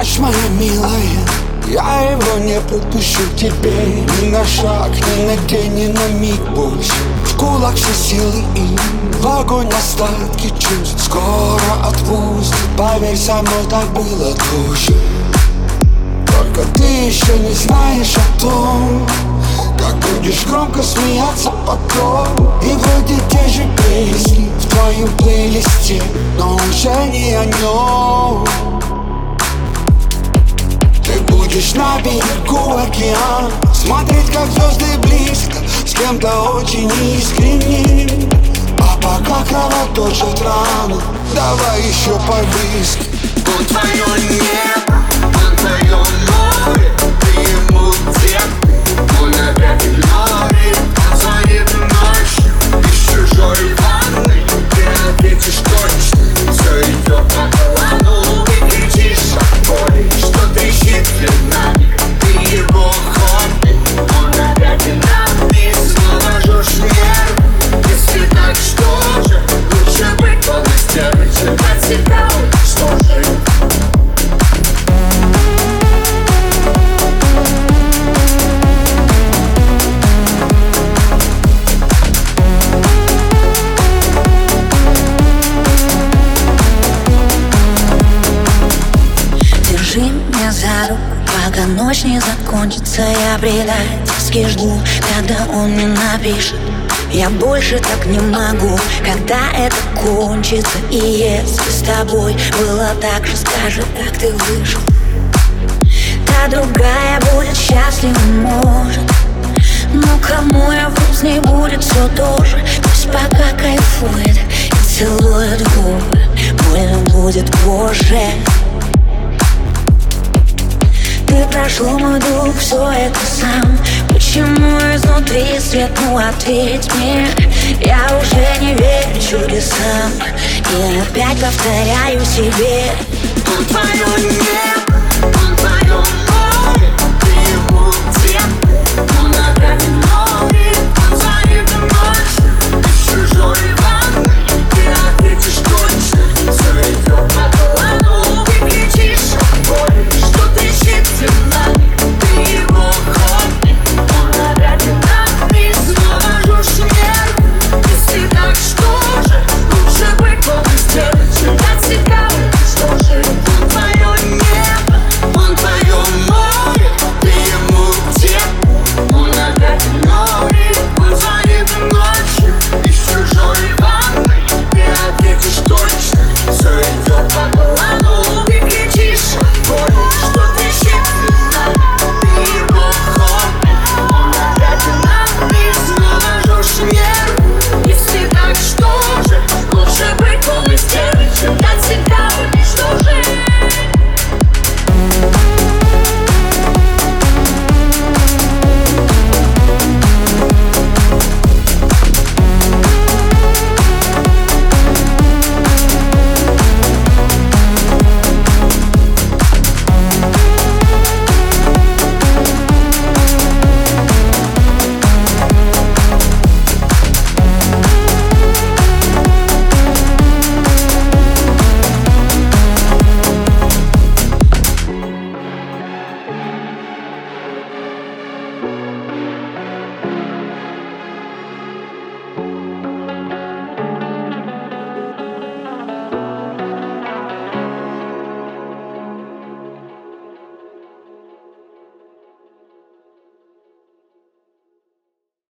ночь, моя милая, я его не подпущу к тебе. Ни на шаг, ни на день, ни на миг больше. В кулак все силы и в огонь остатки чувств. Скоро отпустит, поверь, со мной так было тоже. Только ты еще не знаешь о том, как будешь громко смеяться потом. И вроде те же песни в твоем плейлисте, но уже не о нем. Ты будешь на берегу океана, смотреть, как звезды близко, с кем-то очень искренне. А пока кровоточит рана, давай еще по-близки. Он твое небо, он твое море, ты ему где, он опять игнорит. Он звонит ночью из чужой ванны, ты ответишь точно, все идет по плану. Ты кричишь от боли, что трещит динамик, ты его хобби, он опять динамик. Снова жжешь нервы, если так, что же? Лучше быть полностью, чем от себя, что же? Держи меня за руку, пока ночь не закончится. Я предательски жду, когда он мне напишет. Я больше так не могу, когда это кончится. И если с тобой было так же, скажи, как ты вышел. Та другая будет счастлива, может, но кому я вру, с ней будет все то же. Пусть пока кайфует и целует губы, больно будет позже. Ты прошел мой дух, все это сам. Почему изнутри свет, ну ответь мне. Я уже не верю чудесам и опять повторяю себе: Он твое небо.